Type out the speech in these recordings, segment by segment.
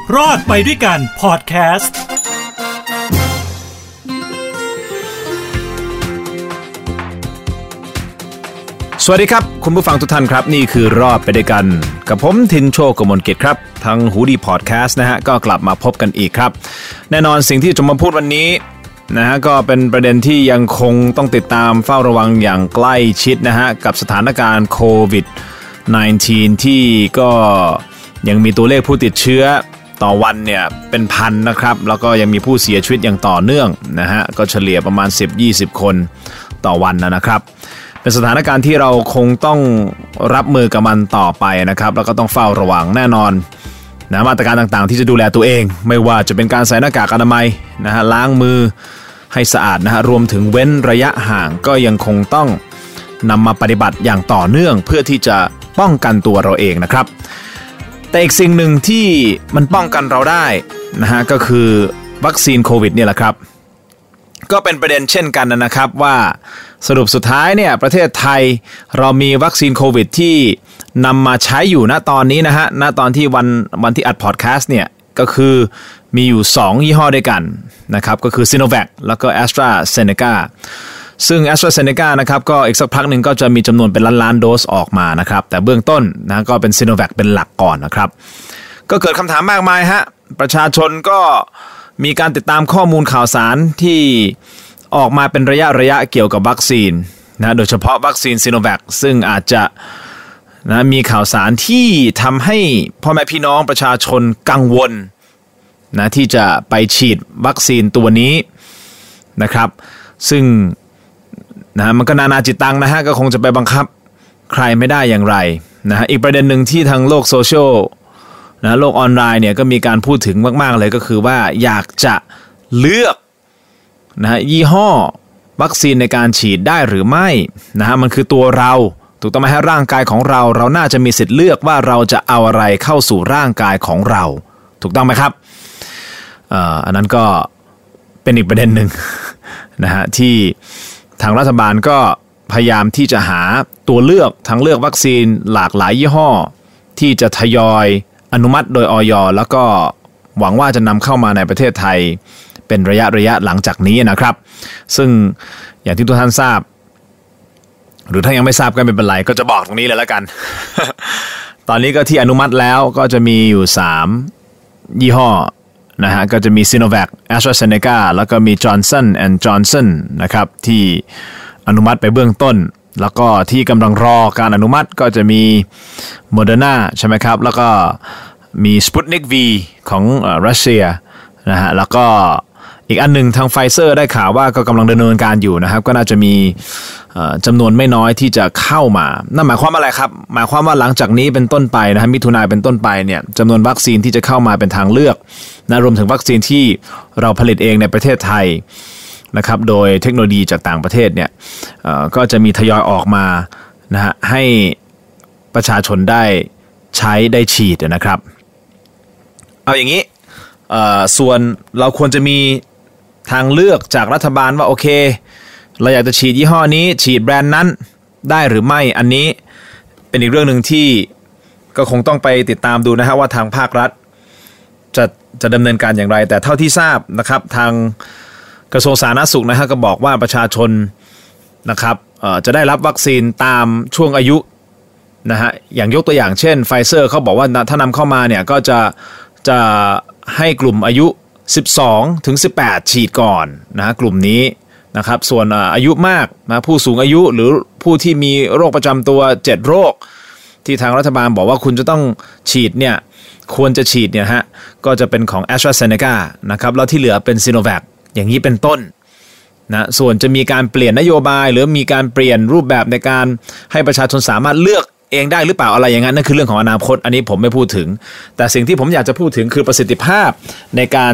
รอดไปด้วยกันพอดแคสต์สวัสดีครับคุณผู้ฟังทุกท่านครับนี่คือรอดไปด้วยกันกับผมทินโชค กมลกิจครับทางหูดีพอดแคสต์นะฮะก็กลับมาพบกันอีกครับแน่นอนสิ่งที่จะมาพูดวันนี้นะฮะก็เป็นประเด็นที่ยังคงต้องติดตามเฝ้าระวังอย่างใกล้ชิดนะฮะกับสถานการณ์โควิด -19 ที่ก็ยังมีตัวเลขผู้ติดเชื้อต่อวันเนี่ยเป็นพันนะครับแล้วก็ยังมีผู้เสียชีวิตอย่างต่อเนื่องนะฮะก็เฉลี่ยประมาณ 10-20 คนต่อวันนะครับเป็นสถานการณ์ที่เราคงต้องรับมือกับมันต่อไปนะครับแล้วก็ต้องเฝ้าระวังแน่นอนนะมาตรการต่างๆที่จะดูแลตัวเองไม่ว่าจะเป็นการใส่หน้ากากอนามัยนะฮะล้างมือให้สะอาดนะฮะรวมถึงเว้นระยะห่างก็ยังคงต้องนำมาปฏิบัติอย่างต่อเนื่องเพื่อที่จะป้องกันตัวเราเองนะครับแต่อีกสิ่งหนึ่งที่มันป้องกันเราได้นะฮะก็คือวัคซีนโควิดเนี่ยแหละครับก็เป็นประเด็นเช่นกันนะครับว่าสรุปสุดท้ายเนี่ยประเทศไทยเรามีวัคซีนโควิดที่นำมาใช้อยู่ณตอนนี้นะฮะณตอนที่วันที่อัดพอดแคสต์เนี่ยก็คือมีอยู่2ยี่ห้อด้วยกันนะครับก็คือ Sinovac แล้วก็ AstraZeneca ซึ่ง AstraZeneca นะครับก็อีกสักพักหนึ่งก็จะมีจำนวนเป็นล้านโดสออกมานะครับแต่เบื้องต้นนะก็เป็น Sinovac เป็นหลักก่อนนะครับก็เกิดคำถามมากมายฮะประชาชนก็มีการติดตามข้อมูลข่าวสารที่ออกมาเป็นระยะเกี่ยวกับวัคซีนนะโดยเฉพาะวัคซีน Sinovac ซึ่งอาจจะนะมีข่าวสารที่ทำให้พ่อแม่พี่น้องประชาชนกังวลนะที่จะไปฉีดวัคซีนตัวนี้นะครับซึ่งนะมันก็นานาจิตตังนะฮะก็คงจะไปบังคับใครไม่ได้อย่างไรนะฮะอีกประเด็นหนึ่งที่ทางโลกโซเชียลนะโลกออนไลน์เนี่ยก็มีการพูดถึงมากๆเลยก็คือว่าอยากจะเลือกนะฮะยี่ห้อวัคซีนในการฉีดได้หรือไม่นะฮะมันคือตัวเราถูกต้องไหมฮะร่างกายของเราน่าจะมีสิทธิ์เลือกว่าเราจะเอาอะไรเข้าสู่ร่างกายของเราถูกต้องไหมครับอันนั้นก็เป็นอีกประเด็นหนึ่งนะฮะที่ทางรัฐบาลก็พยายามที่จะหาตัวเลือกทางเลือกวัคซีนหลากหลายยี่ห้อที่จะทยอยอนุมัติโดยอย.แล้วก็หวังว่าจะนำเข้ามาในประเทศไทยเป็นระยะหลังจากนี้นะครับซึ่งอย่างที่ทุกท่านทราบหรือถ้ายังไม่ทราบก็ไม่เป็นไรก็จะบอกตรงนี้เลยแล้วกัน ตอนนี้ก็ที่อนุมัติแล้วก็จะมีอยู่3ยี่ห้อนะฮะก็จะมี Sinovac, AstraZeneca แล้วก็มี Johnson & Johnson นะครับที่อนุมัติไปเบื้องต้นแล้วก็ที่กำลังรอการอนุมัติก็จะมี Moderna ใช่ไหมครับแล้วก็มี Sputnik V ของรัสเซียนะฮะแล้วก็อีกอันหนึ่งทาง Pfizer ได้ข่าวว่าก็กำลังดำเนินการอยู่นะครับก็น่าจะมีจำนวนไม่น้อยที่จะเข้ามานั่นหมายความว่าอะไรครับหมายความว่าหลังจากนี้เป็นต้นไปนะฮะมิถุนายนเป็นต้นไปเนี่ยจำนวนวัคซีนที่จะเข้ามาเป็นทางเลือกนะรวมถึงวัคซีนที่เราผลิตเองในประเทศไทยนะครับโดยเทคโนโลยีจากต่างประเทศเนี่ยก็จะมีทยอยออกมานะฮะให้ประชาชนได้ใช้ได้ฉีดนะครับเอาอย่างนี้ส่วนเราควรจะมีทางเลือกจากรัฐบาลว่าโอเคเราอยากจะฉีดยี่ห้อนี้ฉีดแบรนด์นั้นได้หรือไม่อันนี้เป็นอีกเรื่องหนึ่งที่ก็คงต้องไปติดตามดูนะฮะว่าทางภาครัฐจะดำเนินการอย่างไรแต่เท่าที่ทราบนะครับทางกระทรวงสาธารณสุขนะฮะก็บอกว่าประชาชนนะครับจะได้รับวัคซีนตามช่วงอายุนะฮะอย่างยกตัวอย่างเช่น Pfizer เขาบอกว่าถ้านำเข้ามาเนี่ยก็จะให้กลุ่มอายุ12 ถึง 18ฉีดก่อนนะกลุ่มนี้นะครับส่วนอายุมากนะผู้สูงอายุหรือผู้ที่มีโรคประจำตัว7โรคที่ทางรัฐบาลบอกว่าคุณจะต้องฉีดเนี่ยควรจะฉีดเนี่ยฮะก็จะเป็นของ AstraZeneca นะครับแล้วที่เหลือเป็น Sinovac อย่างนี้เป็นต้นนะส่วนจะมีการเปลี่ยนนโยบายหรือมีการเปลี่ยนรูปแบบในการให้ประชาชนสามารถเลือกเองได้หรือเปล่าอะไรอย่างนั้นนั่นคือเรื่องของอนาคตอันนี้ผมไม่พูดถึงแต่สิ่งที่ผมอยากจะพูดถึงคือประสิทธิภาพในการ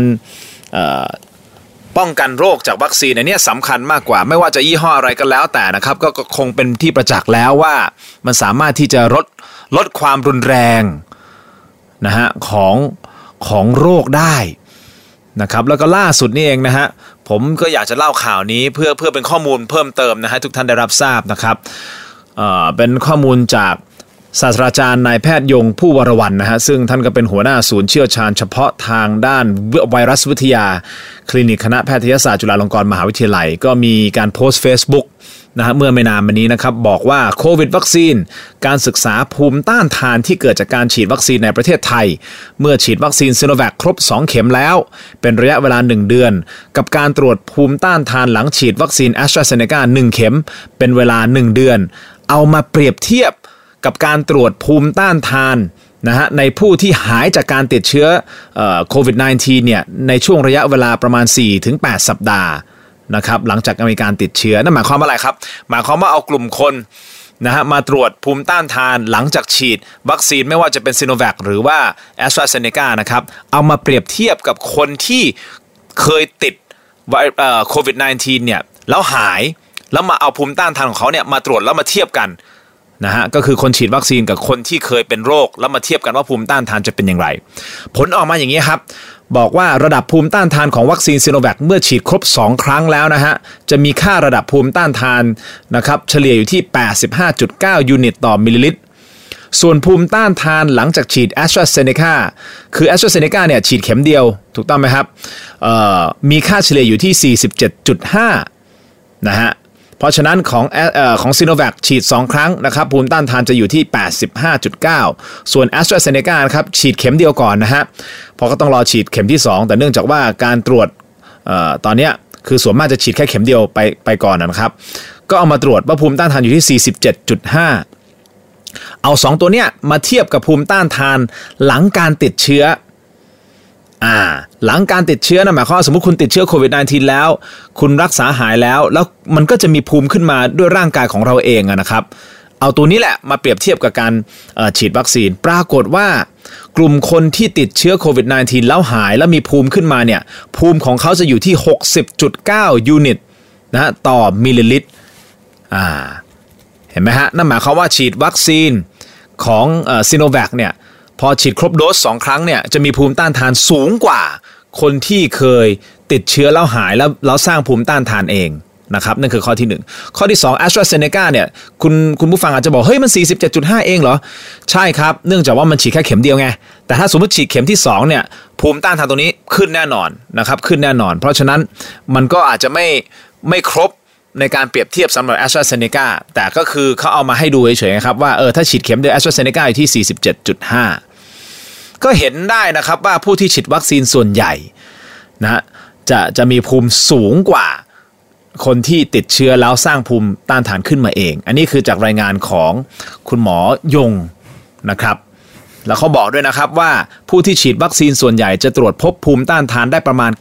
ป้องกันโรคจากวัคซีนอันนี้สำคัญมากกว่าไม่ว่าจะยี่ห้ออะไรก็แล้วแต่นะครับก็คงเป็นที่ประจักษ์แล้วว่ามันสามารถที่จะลดความรุนแรงนะฮะของโรคได้นะครับแล้วก็ล่าสุดนี่เองนะฮะผมก็อยากจะเล่าข่าวนี้เพื่อเป็นข้อมูลเพิ่มเติมนะฮะทุกท่านได้รับทราบนะครับเป็นข้อมูลจากศาสตราจารย์นายแพทย์ยงผู้วรวรรณนะฮะซึ่งท่านก็เป็นหัวหน้าศูนย์เชี่ยวชาญเฉพาะทางด้านไวรัสวิทยาคลินิกคณะแพทยศาสตร์จุฬาลงกรณ์มหาวิทยาลัยก็มีการโพสต์ Facebook นะฮะเมื่อไม่นานมานี้นะครับบอกว่าโควิดวัคซีนการศึกษาภูมิต้านทานที่เกิดจากการฉีดวัคซีนในประเทศไทยเมื่อฉีดวัคซีนซิโนแวคครบ2เข็มแล้วเป็นระยะเวลา1เดือนกับการตรวจภูมิต้านทานหลังฉีดวัคซีน AstraZeneca 1เข็มเป็นเวลา1เดือนเอามาเปรียบเทียบกับการตรวจภูมิต้านทานนะฮะในผู้ที่หายจากการติดเชื้อโควิด -19 เนี่ยในช่วงระยะเวลาประมาณ 4-8 สัปดาห์นะครับหลังจากมีการติดเชื้อนั่นหมายความว่าอะไรครับหมายความว่าเอากลุ่มคนนะฮะมาตรวจภูมิต้านทานหลังจากฉีดวัคซีนไม่ว่าจะเป็นซิโนแวคหรือว่า AstraZeneca นะครับเอามาเปรียบเทียบกับคนที่เคยติดโควิด -19 เนี่ยแล้วหายแล้วมาเอาภูมิต้านทานของเขาเนี่ยมาตรวจแล้วมาเทียบกันนะฮะก็คือคนฉีดวัคซีนกับคนที่เคยเป็นโรคแล้วมาเทียบกันว่าภูมิต้านทานจะเป็นอย่างไรผลออกมาอย่างนี้ครับบอกว่าระดับภูมิต้านทานของวัคซีนซิโนแวคเมื่อฉีดครบ2ครั้งแล้วนะฮะจะมีค่าระดับภูมิต้านทานนะครับเฉลี่ยอยู่ที่ 85.9 ยูนิตต่อมิลลิลิตรส่วนภูมิต้านทานหลังจากฉีด AstraZeneca คือ AstraZeneca เนี่ยฉีดเข็มเดียวถูกต้องไหมครับมีค่าเฉลี่ยอยู่ที่ 47.5 นะฮะเพราะฉะนั้นของซิโนแวคฉีด2ครั้งนะครับภูมิต้านทานจะอยู่ที่ 85.9 ส่วน AstraZeneca นะครับฉีดเข็มเดียวก่อนนะฮะเพราะก็ต้องรอฉีดเข็มที่2แต่เนื่องจากว่าการตรวจตอนนี้คือส่วนมากจะฉีดแค่เข็มเดียวไปก่อนนะครับก็เอามาตรวจว่าภูมิต้านทานอยู่ที่ 47.5 เอา2ตัวเนี้ยมาเทียบกับภูมิต้านทานหลังการติดเชื้อหลังการติดเชื้อนะหมายความว่าสมมุติคุณติดเชื้อโควิด -19 แล้วคุณรักษาหายแล้วมันก็จะมีภูมิขึ้นมาด้วยร่างกายของเราเองนะครับเอาตัวนี้แหละมาเปรียบเทียบกับการฉีดวัคซีนปรากฏว่ากลุ่มคนที่ติดเชื้อโควิด -19 แล้วหายแล้วมีภูมิขึ้นมาเนี่ยภูมิของเขาจะอยู่ที่ 60.9 ยูนิตนะต่อมิลลิลิตรเห็นไหมฮะนั่นหมายความว่าฉีดวัคซีนของซิโนแวคเนี่ยพอฉีดครบโดส2ครั้งเนี่ยจะมีภูมิต้านทานสูงกว่าคนที่เคยติดเชื้อแล้วหายแล้วสร้างภูมิต้านทานเองนะครับนั่นคือข้อที่1ข้อที่2 AstraZeneca เนี่ยคุณผู้ฟังอาจจะบอกเฮ้ยมัน 47.5 เองเหรอใช่ครับเนื่องจากว่ามันฉีดแค่เข็มเดียวไงแต่ถ้าสมมติฉีดเข็มที่2เนี่ยภูมิต้านทานตรงนี้ขึ้นแน่นอนนะครับขึ้นแน่นอนเพราะฉะนั้นมันก็อาจจะไม่ครบในการเปรียบเทียบสำหรับ AstraZeneca แต่ก็คือเขาเอามาให้ดูเฉยๆครับว่าถ้าฉีดเข็มเดียว AstraZeneca อยู่ที่ 47.5 ก็เห็นได้นะครับว่าผู้ที่ฉีดวัคซีนส่วนใหญ่นะจะมีภูมิสูงกว่าคนที่ติดเชื้อแล้วสร้างภูมิต้านทานขึ้นมาเองอันนี้คือจากรายงานของคุณหมอยงนะครับแล้วเขาบอกด้วยนะครับว่าผู้ที่ฉีดวัคซีนส่วนใหญ่จะตรวจพบภูมิต้านทานได้ประมาณ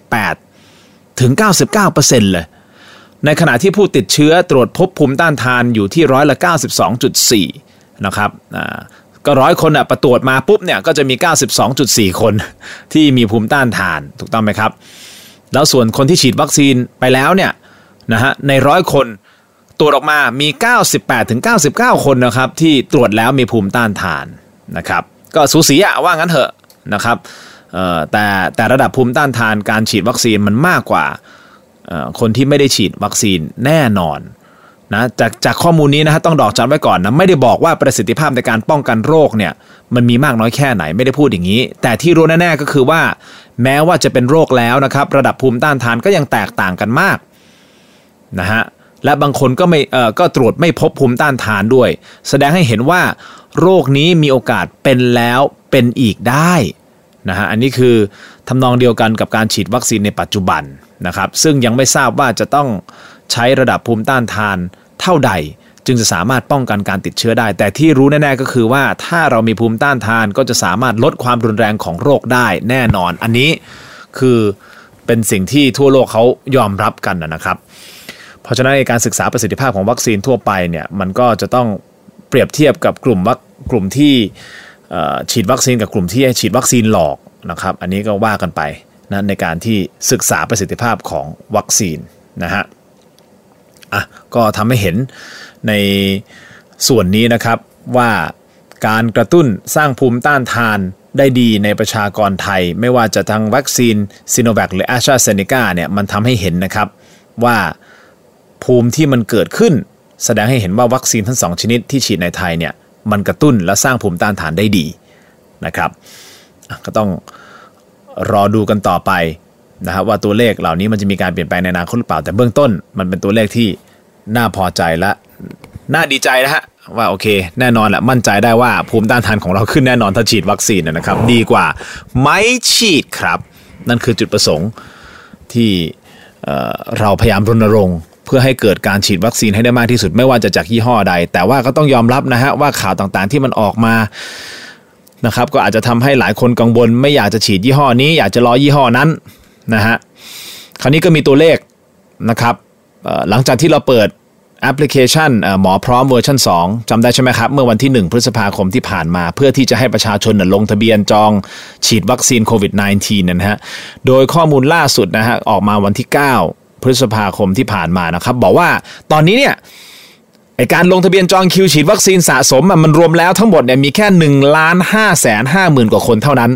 98-99% เลยในขณะที่ผู้ติดเชื้อตรวจพบภูมิต้านทานอยู่ที่92.4 นะครับก็100 คนประตรวจมาปุ๊บเนี่ยก็จะมี 92.4 คนที่มีภูมิต้านทานถูกต้องไหมครับแล้วส่วนคนที่ฉีดวัคซีนไปแล้วเนี่ยนะฮะใน100 คนตรวจออกมามี 98-99 คนนะครับที่ตรวจแล้วมีภูมิต้านทานนะครับก็สูสีว่างั้นเถอะนะครับแต่ระดับภูมิต้านทานการฉีดวัคซีนมันมากกว่าคนที่ไม่ได้ฉีดวัคซีนแน่นอนนะจากข้อมูลนี้นะฮะต้องดอกจันไว้ก่อนนะไม่ได้บอกว่าประสิทธิภาพในการป้องกันโรคเนี่ยมันมีมากน้อยแค่ไหนไม่ได้พูดอย่างนี้แต่ที่รู้แน่ๆก็คือว่าแม้ว่าจะเป็นโรคแล้วนะครับระดับภูมิต้านทานก็ยังแตกต่างกันมากนะฮะและบางคนก็ตรวจไม่พบภูมิต้านทานด้วยแสดงให้เห็นว่าโรคนี้มีโอกาสเป็นแล้วเป็นอีกได้นะฮะอันนี้คือทำนองเดียวกันกับการฉีดวัคซีนในปัจจุบันนะครับซึ่งยังไม่ทราบว่าจะต้องใช้ระดับภูมิต้านทานเท่าใดจึงจะสามารถป้องกันการติดเชื้อได้แต่ที่รู้แน่ๆก็คือว่าถ้าเรามีภูมิต้านทานก็จะสามารถลดความรุนแรงของโรคได้แน่นอนอันนี้คือเป็นสิ่งที่ทั่วโลกเขายอมรับกันนะครับเพราะฉะนั้นในการศึกษาประสิทธิภาพของวัคซีนทั่วไปเนี่ยมันก็จะต้องเปรียบเทียบกับกลุ่มที่ฉีดวัคซีนกับกลุ่มที่ฉีดวัคซีนหลอกนะครับอันนี้ก็ว่ากันไปนะในการที่ศึกษาประสิทธิภาพของวัคซีนนะฮะก็ทำให้เห็นในส่วนนี้นะครับว่าการกระตุ้นสร้างภูมิต้านทานได้ดีในประชากรไทยไม่ว่าจะทางวัคซีนซิโนแวคหรือ AstraZeneca เนี่ยมันทำให้เห็นนะครับว่าภูมิที่มันเกิดขึ้นแสดงให้เห็นว่าวัคซีนทั้ง2ชนิดที่ฉีดในไทยเนี่ยมันกระตุ้นและสร้างภูมิต้านทานได้ดีนะครับก็ต้องรอดูกันต่อไปนะครับว่าตัวเลขเหล่านี้มันจะมีการเปลี่ยนแปลงในอนาคตหรือเปล่าแต่เบื้องต้นมันเป็นตัวเลขที่น่าพอใจและน่าดีใจนะฮะว่าโอเคแน่นอนแหละมั่นใจได้ว่าภูมิต้านทานของเราขึ้นแน่นอนถ้าฉีดวัคซีนนะครับดีกว่าไม่ฉีดครับนั่นคือจุดประสงค์ที่เราพยายามรณรงค์เพื่อให้เกิดการฉีดวัคซีนให้ได้มากที่สุดไม่ว่าจะจากยี่ห้อใดแต่ว่าก็ต้องยอมรับนะฮะว่าข่าวต่างๆที่มันออกมานะครับก็อาจจะทำให้หลายคนกังวลไม่อยากจะฉีดยี่ห้อนี้อยากจะรอยี่ห้อนั้นนะฮะคราวนี้ก็มีตัวเลขนะครับหลังจากที่เราเปิดแอปพลิเคชันหมอพร้อมเวอร์ชัน2จำได้ใช่ไหมครับเมื่อวันที่1พฤษภาคมที่ผ่านมาเพื่อที่จะให้ประชาชนลงทะเบียนจองฉีดวัคซีนโควิด -19 นะฮะโดยข้อมูลล่าสุดนะฮะออกมาวันที่9พฤษภาคมที่ผ่านมานะครับบอกว่าตอนนี้เนี่ยการลงทะเบียนจองคิวฉีดวัคซีนสะสมมันรวมแล้วทั้งหมดเนี่ยมีแค่ 1,550,000 กว่าคนเท่านั้น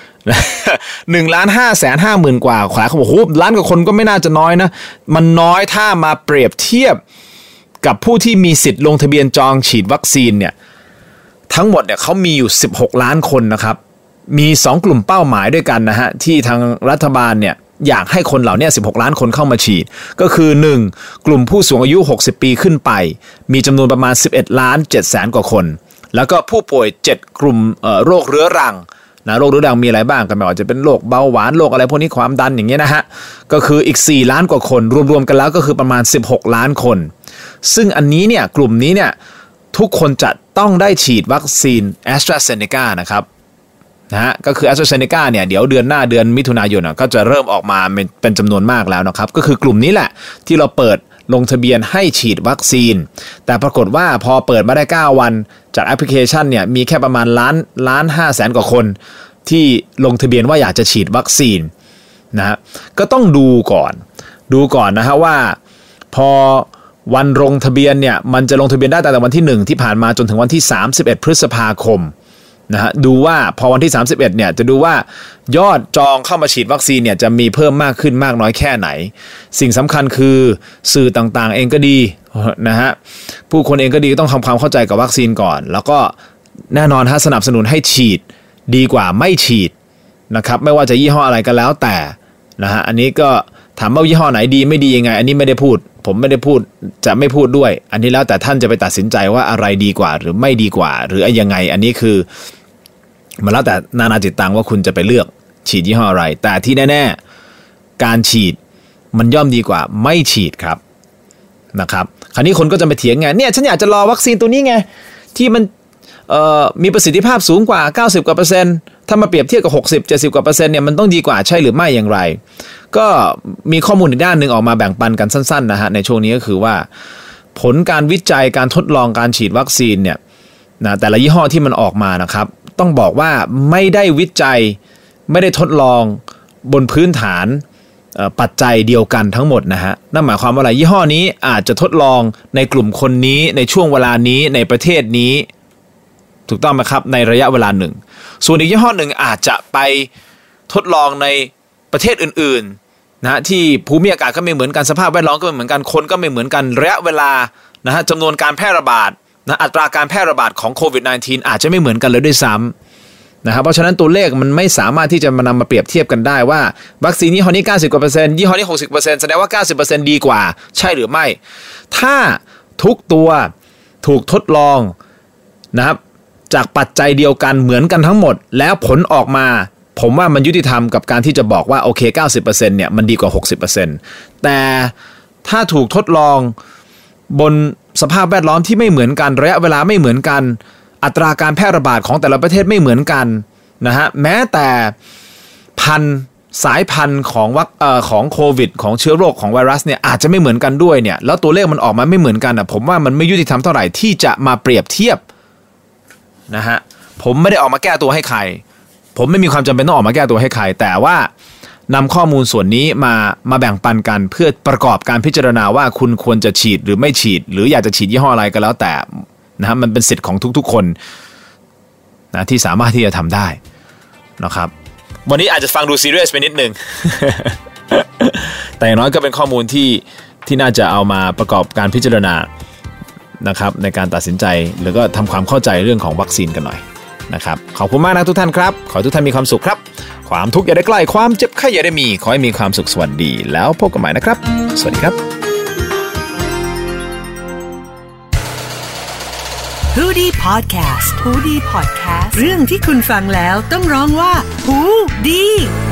1,550,000 กว่าขวาเขาบอกโหล้านกว่าคนก็ไม่น่าจะน้อยนะมันน้อยถ้ามาเปรียบเทียบกับผู้ที่มีสิทธิ์ลงทะเบียนจองฉีดวัคซีนเนี่ยทั้งหมดเนี่ยเขามีอยู่16ล้านคนนะครับมี2กลุ่มเป้าหมายด้วยกันนะฮะที่ทางรัฐบาลเนี่ยอยากให้คนเหล่านี้16ล้านคนเข้ามาฉีดก็คือ 1. กลุ่มผู้สูงอายุ60ปีขึ้นไปมีจำนวนประมาณ 11,700,000 กว่าคนแล้วก็ผู้ป่วย7กลุ่มโรคเรื้อรังนะโรคเรื้อรังมีอะไรบ้างกันไม่ว่าจะเป็นโรคเบาหวานโรคอะไรพวกนี้ความดันอย่างเงี้ยนะฮะก็คืออีก4ล้านกว่าคนรวมๆกันแล้วก็คือประมาณ16ล้านคนซึ่งอันนี้เนี่ยกลุ่มนี้เนี่ยทุกคนจะต้องได้ฉีดวัคซีน AstraZeneca นะครับนะฮะก็คือ AstraZeneca เนี่ยเดี๋ยวเดือนหน้าเดือนมิถุนายนก็จะเริ่มออกมาเป็นจำนวนมากแล้วนะครับก็คือกลุ่มนี้แหละที่เราเปิดลงทะเบียนให้ฉีดวัคซีนแต่ปรากฏว่าพอเปิดมาได้9วันจากแอปพลิเคชันเนี่ยมีแค่ประมาณล้าน5แสนกว่าคนที่ลงทะเบียนว่าอยากจะฉีดวัคซีนนะฮะก็ต้องดูก่อนนะฮะว่าพอวันลงทะเบียนเนี่ยมันจะลงทะเบียนได้ตั้งแต่วันที่1ที่ผ่านมาจนถึงวันที่31พฤษภาคมนะฮะดูว่าพอวันที่31เนี่ยจะดูว่ายอดจองเข้ามาฉีดวัคซีนเนี่ยจะมีเพิ่มมากขึ้นมากน้อยแค่ไหนสิ่งสำคัญคือสื่อต่างๆเองก็ดีนะฮะผู้คนเองก็ดีต้องทำความเข้าใจกับวัคซีนก่อนแล้วก็แน่นอนสนับสนุนให้ฉีดดีกว่าไม่ฉีดนะครับไม่ว่าจะยี่ห้ออะไรก็แล้วแต่นะฮะอันนี้ก็ถามว่ายี่ห้อไหนดีไม่ดียังไงอันนี้ไม่ได้พูดผมไม่ได้พูดจะไม่พูดด้วยอันนี้แล้วแต่ท่านจะไปตัดสินใจว่าอะไรดีกว่าหรือไม่ดีกว่าหรือยังไงอันนี้คือมันแล้วแต่นานาจิตตังว่าคุณจะไปเลือกฉีดยี่ห้ออะไรแต่ที่แน่ๆการฉีดมันย่อมดีกว่าไม่ฉีดครับนะครับคราวนี้คนก็จะมาเถียงไงเนี่ยฉันอยากจะรอวัคซีนตัวนี้ไงที่มันมีประสิทธิภาพสูงกว่า90กว่า%ถ้ามาเปรียบเทียบกับ60-70กว่า%เนี่ยมันต้องดีกว่าใช่หรือไม่อย่างไรก็มีข้อมูลอีกด้านหนึ่งออกมาแบ่งปันกันสั้นๆนะฮะในช่วงนี้ก็คือว่าผลการวิจัยการทดลองการฉีดวัคซีนเนี่ยนะแต่ละยี่ห้อที่มันออกมานะครับต้องบอกว่าไม่ได้วิจัยไม่ได้ทดลองบนพื้นฐานปัจจัยเดียวกันทั้งหมดนะฮะนั่นหมายความว่าอะไรยี่ห้อนี้อาจจะทดลองในกลุ่มคนนี้ในช่วงเวลานี้ในประเทศนี้ถูกต้องไหมครับในระยะเวลาหนึ่งส่วนอีกยี่ห้อหนึ่งอาจจะไปทดลองในประเทศอื่นๆนะที่ภูมิอากาศก็ไม่เหมือนกันสภาพแวดล้อมก็ไม่เหมือนกันคนก็ไม่เหมือนกันระยะเวลานะฮะจำนวนการแพร่ระบาดนะอัตราการแพร่ระบาดของโควิด -19 อาจจะไม่เหมือนกันเลยด้วยซ้ำนะครับเพราะฉะนั้นตัวเลขมันไม่สามารถที่จะมานำมาเปรียบเทียบกันได้ว่าวัคซีนยี่ห้อนี้90กว่า%ยี่ห้อนี้60%แสดงว่า90%ดีกว่าใช่หรือไม่ถ้าทุกตัวถูกทดลองนะครับจากปัจจัยเดียวกันเหมือนกันทั้งหมดแล้วผลออกมาผมว่ามันยุติธรรมกับการที่จะบอกว่าโอเค 90% เนี่ยมันดีกว่า 60% แต่ถ้าถูกทดลองบนสภาพแวดล้อมที่ไม่เหมือนกันระยะเวลาไม่เหมือนกันอัตราการแพร่ระบาดของแต่ละประเทศไม่เหมือนกันนะฮะแม้แต่สายพันธุ์ของโควิดของเชื้อโรคของไวรัสเนี่ยอาจจะไม่เหมือนกันด้วยเนี่ยแล้วตัวเลขมันออกมาไม่เหมือนกันผมว่ามันไม่ยุติธรรมเท่าไหร่ที่จะมาเปรียบเทียบนะฮะผมไม่ได้ออกมาแก้ตัวให้ใครผมไม่มีความจำเป็นต้องออกมาแก้ตัวให้ใครแต่ว่านำข้อมูลส่วนนี้มาแบ่งปันกันเพื่อประกอบการพิจารณาว่าคุณควรจะฉีดหรือไม่ฉีดหรืออยากจะฉีดยี่ห้ออะไรก็แล้วแต่นะฮะมันเป็นสิทธิ์ของทุกๆคนนะที่สามารถที่จะทำได้นะครับวันนี้อาจจะฟังดูซีเรียสไปนิดนึง แต่อย่างน้อยก็เป็นข้อมูลที่น่าจะเอามาประกอบการพิจารณานะครับในการตัดสินใจหรือก็ทำความเข้าใจเรื่องของวัคซีนกันหน่อยนะครับขอบคุณมากนะทุกท่านครับขอให้ทุกท่านมีความสุขครับความทุกข์อย่าได้ใกล้ความเจ็บไข้อย่าได้มีขอให้มีความสุขสวัสดีแล้วพบกันใหม่นะครับสวัสดีครับฮูดี้พอดแคสต์ฮูดี้พอดแคสต์เรื่องที่คุณฟังแล้วต้องร้องว่าฮูดี